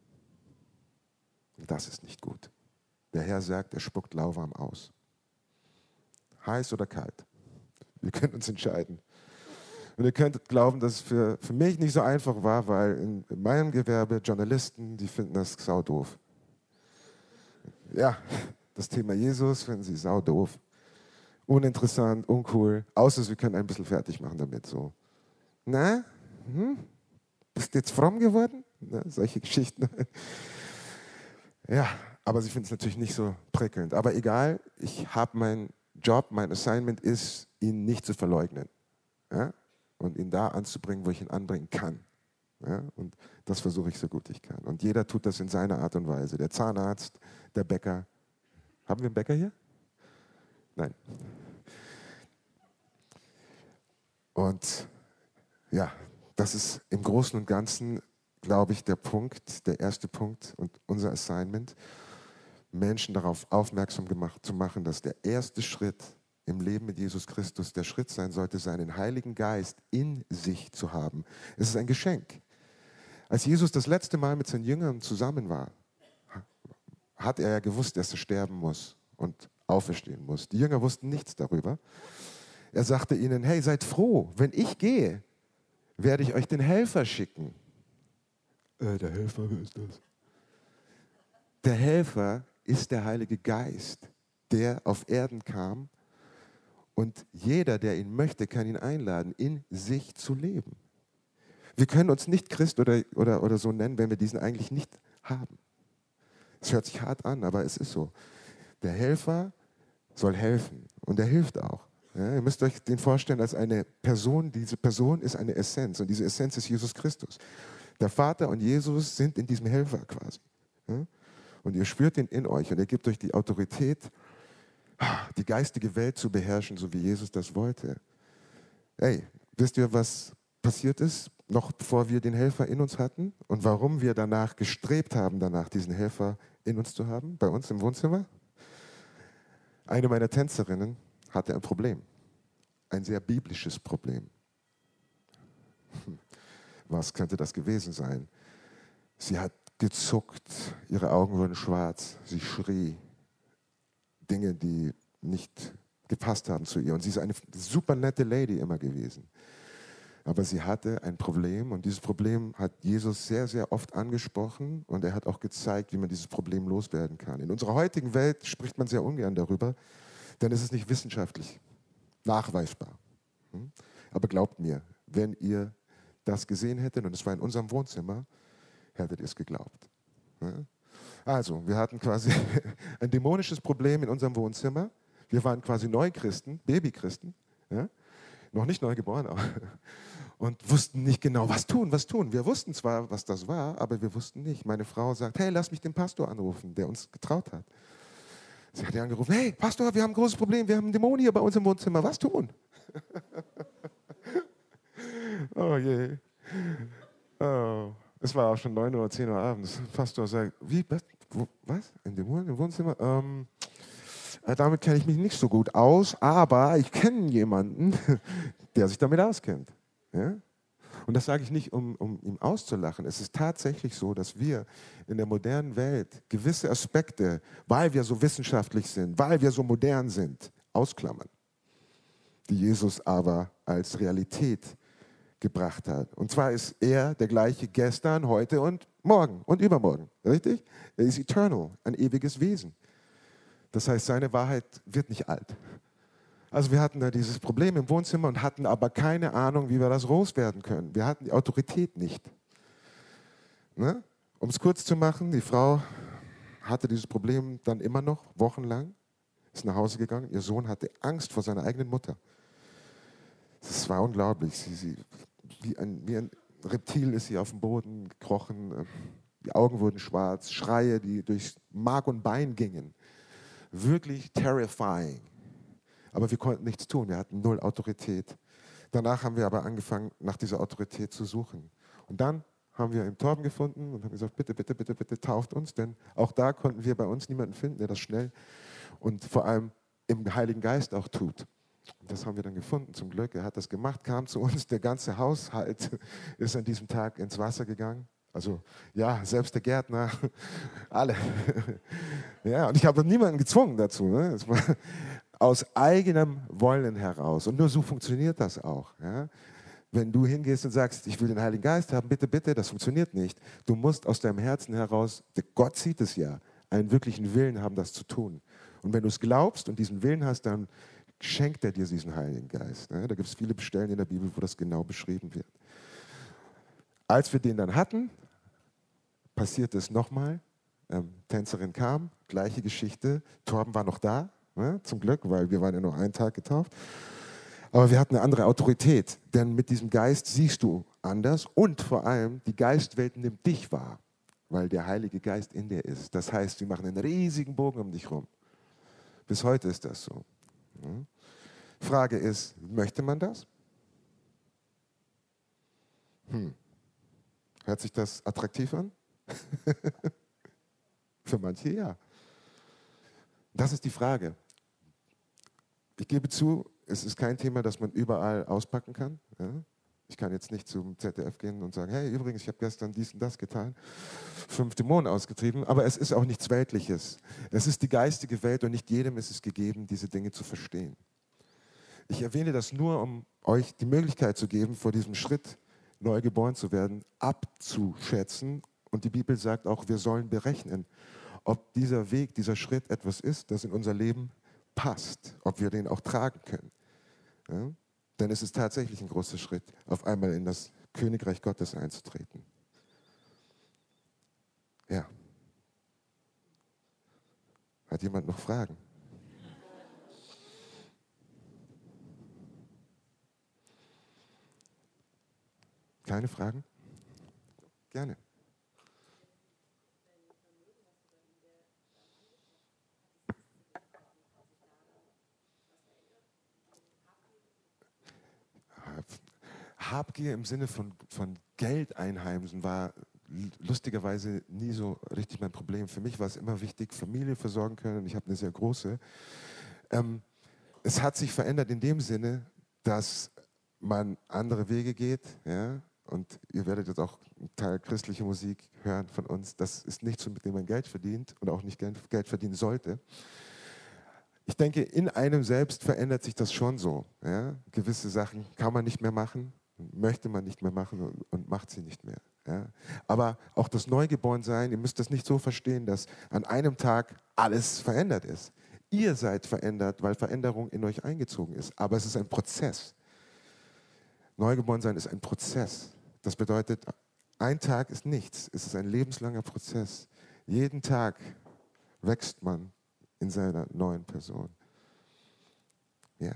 Und das ist nicht gut. Der Herr sagt, er spuckt lauwarm aus. Heiß oder kalt. Wir können uns entscheiden. Und ihr könnt glauben, dass es für mich nicht so einfach war, weil in meinem Gewerbe Journalisten, die finden das saudoof. Ja, das Thema Jesus finden sie saudoof. Uninteressant, uncool, außer wir können ein bisschen fertig machen damit. So. Na, bist du jetzt fromm geworden? Na, solche Geschichten. Ja, aber sie finden es natürlich nicht so prickelnd. Aber egal, ich habe meinen Job, mein Assignment ist, ihn nicht zu verleugnen. Ja? Und ihn da anzubringen, wo ich ihn anbringen kann. Ja? Und das versuche ich so gut ich kann. Und jeder tut das in seiner Art und Weise. Der Zahnarzt, der Bäcker. Haben wir einen Bäcker hier? Nein. Und ja, das ist im Großen und Ganzen, glaube ich, der Punkt, der erste Punkt und unser Assignment, Menschen darauf aufmerksam zu machen, dass der erste Schritt im Leben mit Jesus Christus der Schritt sein sollte, seinen Heiligen Geist in sich zu haben. Es ist ein Geschenk. Als Jesus das letzte Mal mit seinen Jüngern zusammen war, hat er ja gewusst, dass er sterben muss und auferstehen muss. Die Jünger wussten nichts darüber. Er sagte ihnen, hey, seid froh, wenn ich gehe, werde ich euch den Helfer schicken. Der Helfer, wer ist das? Der Helfer ist der Heilige Geist, der auf Erden kam und jeder, der ihn möchte, kann ihn einladen, in sich zu leben. Wir können uns nicht Christ oder so nennen, wenn wir diesen eigentlich nicht haben. Es hört sich hart an, aber es ist so. Der Helfer soll helfen und er hilft auch. Ja, ihr müsst euch den vorstellen als eine Person. Diese Person ist eine Essenz und diese Essenz ist Jesus Christus. Der Vater und Jesus sind in diesem Helfer quasi. Ja? Und ihr spürt ihn in euch und er gibt euch die Autorität, die geistige Welt zu beherrschen, so wie Jesus das wollte. Hey, wisst ihr, was passiert ist, noch bevor wir den Helfer in uns hatten und warum wir danach gestrebt haben, diesen Helfer in uns zu haben, bei uns im Wohnzimmer? Eine meiner Tänzerinnen hatte ein Problem, ein sehr biblisches Problem. Was könnte das gewesen sein? Sie hat gezuckt, ihre Augen wurden schwarz, sie schrie Dinge, die nicht gepasst haben zu ihr. Und sie ist eine super nette Lady immer gewesen. Aber sie hatte ein Problem und dieses Problem hat Jesus sehr, sehr oft angesprochen und er hat auch gezeigt, wie man dieses Problem loswerden kann. In unserer heutigen Welt spricht man sehr ungern darüber, denn es ist nicht wissenschaftlich nachweisbar. Aber glaubt mir, wenn ihr das gesehen hättet und es war in unserem Wohnzimmer, hättet ihr es geglaubt. Also, wir hatten quasi ein dämonisches Problem in unserem Wohnzimmer. Wir waren quasi Neuchristen, Babychristen, ja? Noch nicht neugeboren, und wussten nicht genau, was tun. Wir wussten zwar, was das war, aber wir wussten nicht. Meine Frau sagt, hey, lass mich den Pastor anrufen, der uns getraut hat. Sie hat ihn angerufen, hey, Pastor, wir haben ein großes Problem, wir haben einen Dämon hier bei uns im Wohnzimmer, was tun? Oh je. Oh. Es war auch schon 9 Uhr, 10 Uhr abends. Pastor sagt, wie, was? Ein Dämon im Wohnzimmer? Damit kenne ich mich nicht so gut aus, aber ich kenne jemanden, der sich damit auskennt. Ja? Und das sage ich nicht, um ihm auszulachen. Es ist tatsächlich so, dass wir in der modernen Welt gewisse Aspekte, weil wir so wissenschaftlich sind, weil wir so modern sind, ausklammern, die Jesus aber als Realität gebracht hat. Und zwar ist er der gleiche gestern, heute und morgen und übermorgen. Richtig? Er ist eternal, ein ewiges Wesen. Das heißt, seine Wahrheit wird nicht alt. Also wir hatten da dieses Problem im Wohnzimmer und hatten aber keine Ahnung, wie wir das loswerden können. Wir hatten die Autorität nicht. Ne? Um es kurz zu machen, die Frau hatte dieses Problem dann immer noch, wochenlang, ist nach Hause gegangen. Ihr Sohn hatte Angst vor seiner eigenen Mutter. Das war unglaublich. Wie ein Reptil ist sie auf dem Boden gekrochen. Die Augen wurden schwarz, Schreie, die durch Mark und Bein gingen. Wirklich terrifying. Aber wir konnten nichts tun, wir hatten 0 Autorität. Danach haben wir aber angefangen, nach dieser Autorität zu suchen. Und dann haben wir einen Torben gefunden und haben gesagt, bitte, bitte, bitte, bitte tauft uns, denn auch da konnten wir bei uns niemanden finden, der das schnell und vor allem im Heiligen Geist auch tut. Und das haben wir dann gefunden, zum Glück. Er hat das gemacht, kam zu uns, der ganze Haushalt ist an diesem Tag ins Wasser gegangen. Also ja, selbst der Gärtner, alle. Ja, und ich habe niemanden gezwungen dazu. Ne? Es war aus eigenem Wollen heraus. Und nur so funktioniert das auch. Ja? Wenn du hingehst und sagst, ich will den Heiligen Geist haben, bitte, bitte, das funktioniert nicht. Du musst aus deinem Herzen heraus, Gott sieht es ja, einen wirklichen Willen haben, das zu tun. Und wenn du es glaubst und diesen Willen hast, dann schenkt er dir diesen Heiligen Geist. Ne? Da gibt es viele Stellen in der Bibel, wo das genau beschrieben wird. Als wir den dann hatten, passierte es nochmal Tänzerin kam, gleiche Geschichte. Torben war noch da, ne? Zum Glück, weil wir waren ja nur einen Tag getauft. Aber wir hatten eine andere Autorität, denn mit diesem Geist siehst du anders und vor allem die Geistwelt nimmt dich wahr, weil der Heilige Geist in dir ist. Das heißt, wir machen einen riesigen Bogen um dich rum. Bis heute ist das so. Frage ist, möchte man das? Hört sich das attraktiv an? Für manche ja. Das ist die Frage. Ich gebe zu, es ist kein Thema, das man überall auspacken kann. Ja? Ich kann jetzt nicht zum ZDF gehen und sagen, hey, übrigens, ich habe gestern dies und das getan, 5 Dämonen ausgetrieben, aber es ist auch nichts Weltliches. Es ist die geistige Welt und nicht jedem ist es gegeben, diese Dinge zu verstehen. Ich erwähne das nur, um euch die Möglichkeit zu geben, vor diesem Schritt, neu geboren zu werden, abzuschätzen. Und die Bibel sagt auch, wir sollen berechnen, ob dieser Weg, dieser Schritt etwas ist, das in unser Leben passt, ob wir den auch tragen können. Ja? Denn es ist tatsächlich ein großer Schritt, auf einmal in das Königreich Gottes einzutreten. Ja. Hat jemand noch Fragen? Keine Fragen? Gerne. Habgier im Sinne von Geld einheimsen war lustigerweise nie so richtig mein Problem. Für mich war es immer wichtig, Familie versorgen können. Ich habe eine sehr große. Es hat sich verändert in dem Sinne, dass man andere Wege geht. Ja? Und ihr werdet jetzt auch einen Teil christliche Musik hören von uns. Das ist nicht so, mit dem man Geld verdient und auch nicht Geld verdienen sollte. Ich denke, in einem selbst verändert sich das schon so. Ja? Gewisse Sachen kann man nicht mehr machen, möchte man nicht mehr machen und macht sie nicht mehr. Ja? Aber auch das Neugeborensein, ihr müsst das nicht so verstehen, dass an einem Tag alles verändert ist. Ihr seid verändert, weil Veränderung in euch eingezogen ist. Aber es ist ein Prozess. Neugeborensein ist ein Prozess. Das bedeutet, ein Tag ist nichts. Es ist ein lebenslanger Prozess. Jeden Tag wächst man in seiner neuen Person. Ja.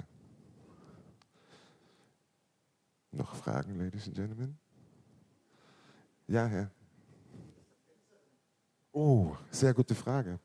Noch Fragen, Ladies and Gentlemen? Ja, Herr. Oh, sehr gute Frage.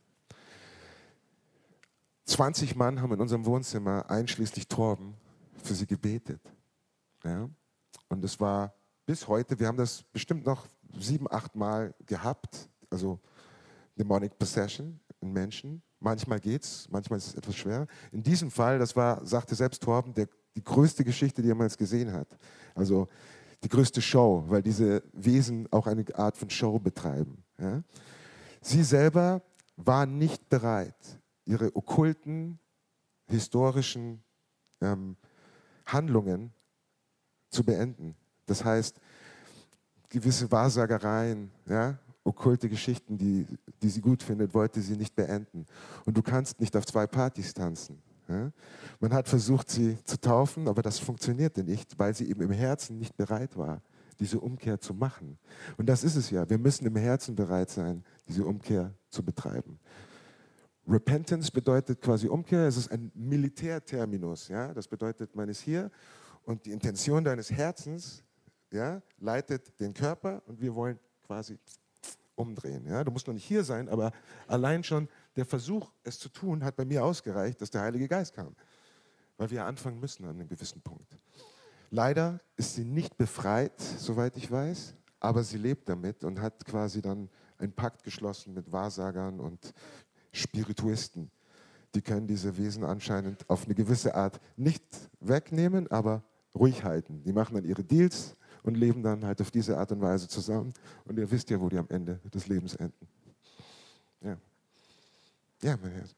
20 Mann haben in unserem Wohnzimmer, einschließlich Torben, für sie gebetet. Ja? Und es war bis heute, wir haben das bestimmt noch 7, 8 Mal gehabt, also Demonic Possession in Menschen. Manchmal geht's, manchmal ist es etwas schwer. In diesem Fall, das war, sagte selbst Torben, die größte Geschichte, die er jemals gesehen hat. Also die größte Show, weil diese Wesen auch eine Art von Show betreiben. Ja? Sie selber war nicht bereit, ihre okkulten, historischen Handlungen zu beenden. Das heißt, gewisse Wahrsagereien, ja, okkulte Geschichten, die sie gut findet, wollte sie nicht beenden. Und du kannst nicht auf 2 Partys tanzen. Ja? Man hat versucht, sie zu taufen, aber das funktionierte nicht, weil sie eben im Herzen nicht bereit war, diese Umkehr zu machen. Und das ist es ja. Wir müssen im Herzen bereit sein, diese Umkehr zu betreiben. Repentance bedeutet quasi Umkehr. Es ist ein Militärterminus. Ja? Das bedeutet, man ist hier und die Intention deines Herzens, ja, leitet den Körper und wir wollen quasi umdrehen. Ja? Du musst noch nicht hier sein, aber allein schon der Versuch, es zu tun, hat bei mir ausgereicht, dass der Heilige Geist kam. Weil wir anfangen müssen an einem gewissen Punkt. Leider ist sie nicht befreit, soweit ich weiß, aber sie lebt damit und hat quasi dann einen Pakt geschlossen mit Wahrsagern und Spirituisten. Die können diese Wesen anscheinend auf eine gewisse Art nicht wegnehmen, aber ruhig halten. Die machen dann ihre Deals und leben dann halt auf diese Art und Weise zusammen. Und ihr wisst ja, wo die am Ende des Lebens enden. Ja, ja, mein Herr.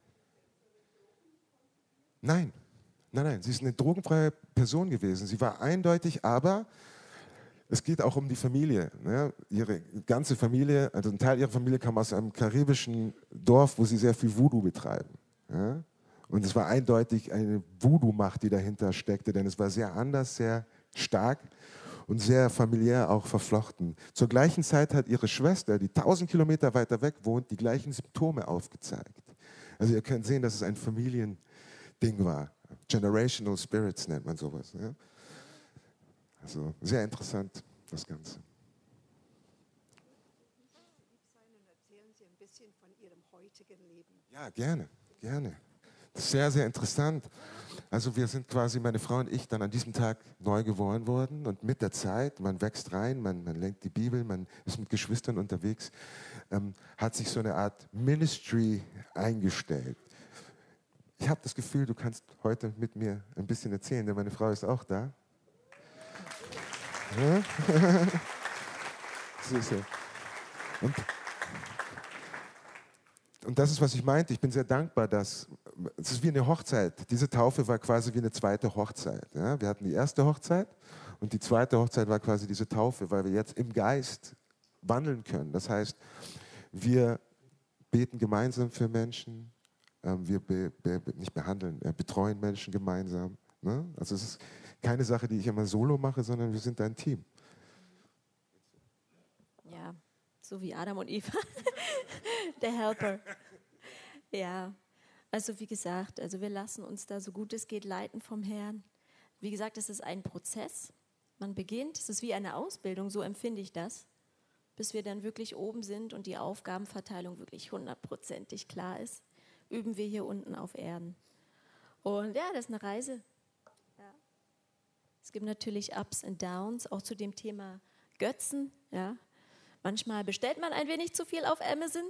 Nein, sie ist eine drogenfreie Person gewesen. Sie war eindeutig, aber es geht auch um die Familie. Ne? Ihre ganze Familie, also ein Teil ihrer Familie kam aus einem karibischen Dorf, wo sie sehr viel Voodoo betreiben. Ja? Und es war eindeutig eine Voodoo-Macht, die dahinter steckte, denn es war sehr anders, sehr stark. und sehr familiär auch verflochten. Zur gleichen Zeit hat ihre Schwester, die 1000 Kilometer weiter weg wohnt, die gleichen Symptome aufgezeigt. Also ihr könnt sehen, dass es ein Familiending war. Generational Spirits nennt man sowas. Ja? Also sehr interessant, das Ganze. Erzählen Sie ein bisschen von Ihrem heutigen Leben. Ja, gerne, gerne. Das ist sehr, sehr interessant. Also wir sind quasi, meine Frau und ich, dann an diesem Tag neu geboren worden. Und mit der Zeit, man wächst rein, man lenkt die Bibel, man ist mit Geschwistern unterwegs, hat sich so eine Art Ministry eingestellt. Ich habe das Gefühl, du kannst heute mit mir ein bisschen erzählen, denn meine Frau ist auch da. Ja? Süße. Und das ist, was ich meinte. Ich bin sehr dankbar, dass es ist wie eine Hochzeit. Diese Taufe war quasi wie eine zweite Hochzeit. Ja? Wir hatten die erste Hochzeit und die zweite Hochzeit war quasi diese Taufe, weil wir jetzt im Geist wandeln können. Das heißt, wir beten gemeinsam für Menschen, wir nicht behandeln, betreuen Menschen gemeinsam. Ne? Also es ist keine Sache, die ich immer solo mache, sondern wir sind ein Team. Ja, so wie Adam und Eva, der Helper. Ja, also wie gesagt, also wir lassen uns da so gut es geht leiten vom Herrn. Wie gesagt, es ist ein Prozess. Man beginnt, es ist wie eine Ausbildung, so empfinde ich das, bis wir dann wirklich oben sind und die Aufgabenverteilung wirklich 100%ig klar ist, üben wir hier unten auf Erden. Und ja, das ist eine Reise. Ja. Es gibt natürlich Ups und Downs, auch zu dem Thema Götzen. Ja. Manchmal bestellt man ein wenig zu viel auf Amazon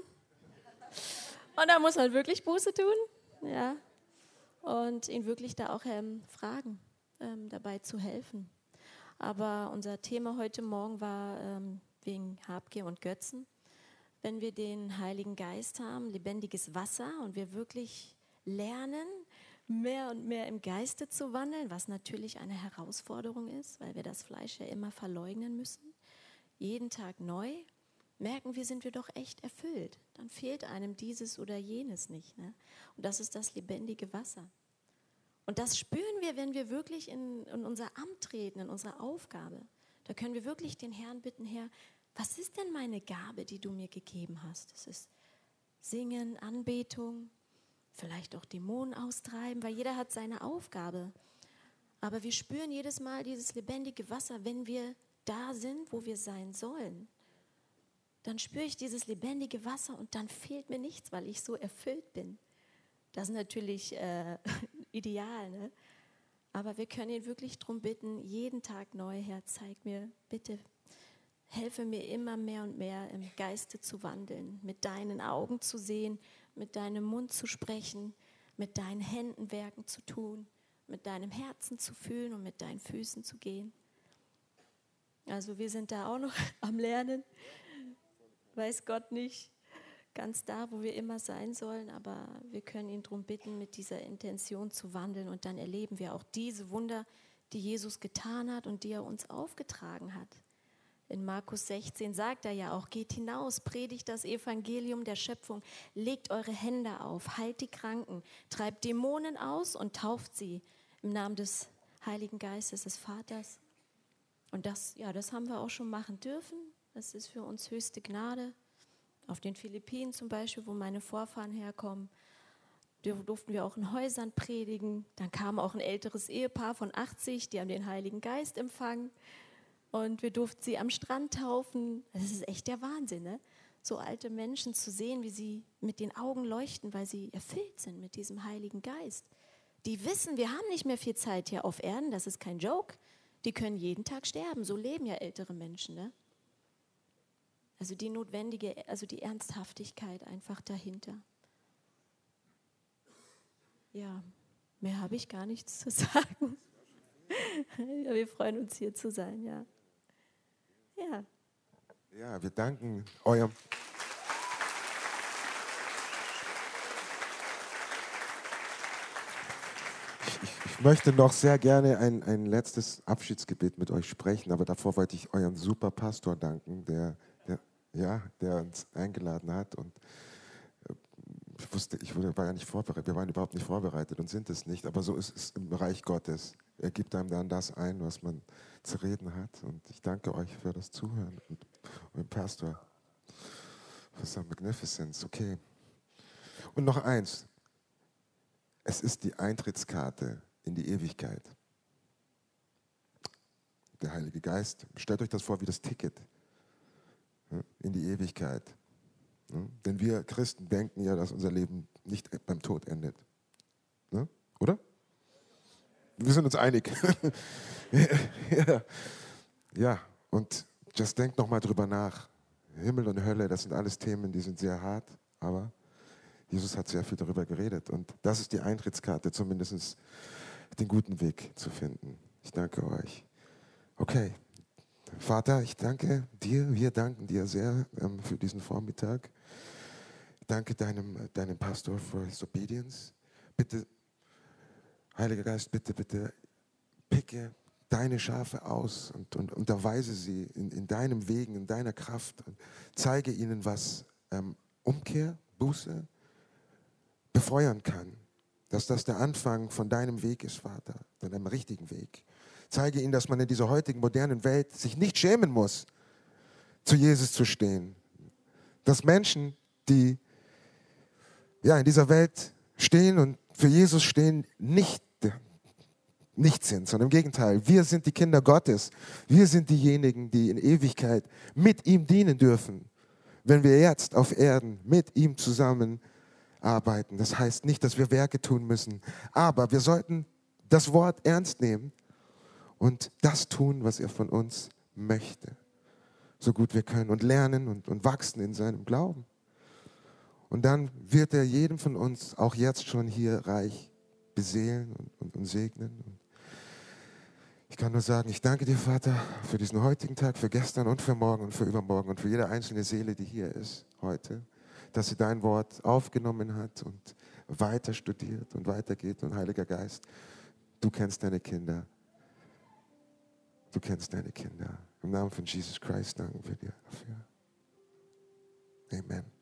und da muss man wirklich Buße tun. Ja. Und ihn wirklich da auch fragen, dabei zu helfen. Aber unser Thema heute Morgen war wegen Habgier und Götzen. Wenn wir den Heiligen Geist haben, lebendiges Wasser und wir wirklich lernen, mehr und mehr im Geiste zu wandeln, was natürlich eine Herausforderung ist, weil wir das Fleisch ja immer verleugnen müssen, jeden Tag neu, merken wir, sind wir doch echt erfüllt. Dann fehlt einem dieses oder jenes nicht. Ne? Und das ist das lebendige Wasser. Und das spüren wir, wenn wir wirklich in unser Amt treten, in unsere Aufgabe. Da können wir wirklich den Herrn bitten, Herr, was ist denn meine Gabe, die du mir gegeben hast? Das ist Singen, Anbetung, vielleicht auch Dämonen austreiben, weil jeder hat seine Aufgabe. Aber wir spüren jedes Mal dieses lebendige Wasser, wenn wir da sind, wo wir sein sollen. Dann spüre ich dieses lebendige Wasser und dann fehlt mir nichts, weil ich so erfüllt bin. Das ist natürlich ideal, ne? Aber wir können ihn wirklich darum bitten, jeden Tag neu, Herr, zeig mir, bitte, helfe mir immer mehr und mehr im Geiste zu wandeln, mit deinen Augen zu sehen, mit deinem Mund zu sprechen, mit deinen Händen Werken zu tun, mit deinem Herzen zu fühlen und mit deinen Füßen zu gehen. Also wir sind da auch noch am Lernen, weiß Gott nicht ganz da, wo wir immer sein sollen, aber wir können ihn darum bitten, mit dieser Intention zu wandeln und dann erleben wir auch diese Wunder, die Jesus getan hat und die er uns aufgetragen hat. In Markus 16 sagt er ja auch, geht hinaus, predigt das Evangelium der Schöpfung, legt eure Hände auf, heilt die Kranken, treibt Dämonen aus und tauft sie im Namen des Heiligen Geistes, des Vaters. Und das haben wir auch schon machen dürfen. Das ist für uns höchste Gnade. Auf den Philippinen zum Beispiel, wo meine Vorfahren herkommen, durften wir auch in Häusern predigen. Dann kam auch ein älteres Ehepaar von 80, die haben den Heiligen Geist empfangen. Und wir durften sie am Strand taufen. Das ist echt der Wahnsinn, ne? So alte Menschen zu sehen, wie sie mit den Augen leuchten, weil sie erfüllt sind mit diesem Heiligen Geist. Die wissen, wir haben nicht mehr viel Zeit hier auf Erden, das ist kein Joke. Die können jeden Tag sterben, so leben ja ältere Menschen, ne? Also die Ernsthaftigkeit einfach dahinter. Ja, mehr habe ich gar nichts zu sagen. Ja, wir freuen uns, hier zu sein, ja. Ja. Ja, wir danken eurem. Ich möchte noch sehr gerne ein letztes Abschiedsgebet mit euch sprechen, aber davor wollte ich eurem super Pastor danken, der uns eingeladen hat. Und war ja nicht vorbereitet, wir waren überhaupt nicht vorbereitet und sind es nicht, aber so ist es im Bereich Gottes. er gibt einem dann das ein, was man zu reden hat. Und ich danke euch für das Zuhören und dem Pastor für seine Magnificence. Okay. Und noch eins. Es ist die Eintrittskarte in die Ewigkeit. Der Heilige Geist, stellt euch das vor wie das Ticket in die Ewigkeit. Denn wir Christen denken ja, dass unser Leben nicht beim Tod endet. Oder? Wir sind uns einig. Ja, und just denkt nochmal drüber nach. Himmel und Hölle, das sind alles Themen, die sind sehr hart, aber Jesus hat sehr viel darüber geredet. Und das ist die Eintrittskarte, zumindest den guten Weg zu finden. Ich danke euch. Okay, Vater, ich danke dir, wir danken dir sehr für diesen Vormittag. Ich danke deinem Pastor für his obedience. Bitte, Heiliger Geist, bitte picke deine Schafe aus und unterweise sie in deinem Wegen, in deiner Kraft. Und zeige ihnen, was Umkehr, Buße befeuern kann. Dass das der Anfang von deinem Weg ist, Vater, von deinem richtigen Weg. Zeige ihnen, dass man in dieser heutigen modernen Welt sich nicht schämen muss, zu Jesus zu stehen. Dass Menschen, die in dieser Welt stehen und für Jesus stehen, nicht sind, sondern im Gegenteil. Wir sind die Kinder Gottes. Wir sind diejenigen, die in Ewigkeit mit ihm dienen dürfen, wenn wir jetzt auf Erden mit ihm zusammen arbeiten. Das heißt nicht, dass wir Werke tun müssen, aber wir sollten das Wort ernst nehmen und das tun, was er von uns möchte, so gut wir können und lernen und wachsen in seinem Glauben. Und dann wird er jedem von uns auch jetzt schon hier reich beseelen und segnen. Und ich kann nur sagen, ich danke dir, Vater, für diesen heutigen Tag, für gestern und für morgen und für übermorgen und für jede einzelne Seele, die hier ist heute, dass sie dein Wort aufgenommen hat und weiter studiert und weitergeht. Und Heiliger Geist, du kennst deine Kinder. Du kennst deine Kinder. Im Namen von Jesus Christ danken wir dir dafür. Amen.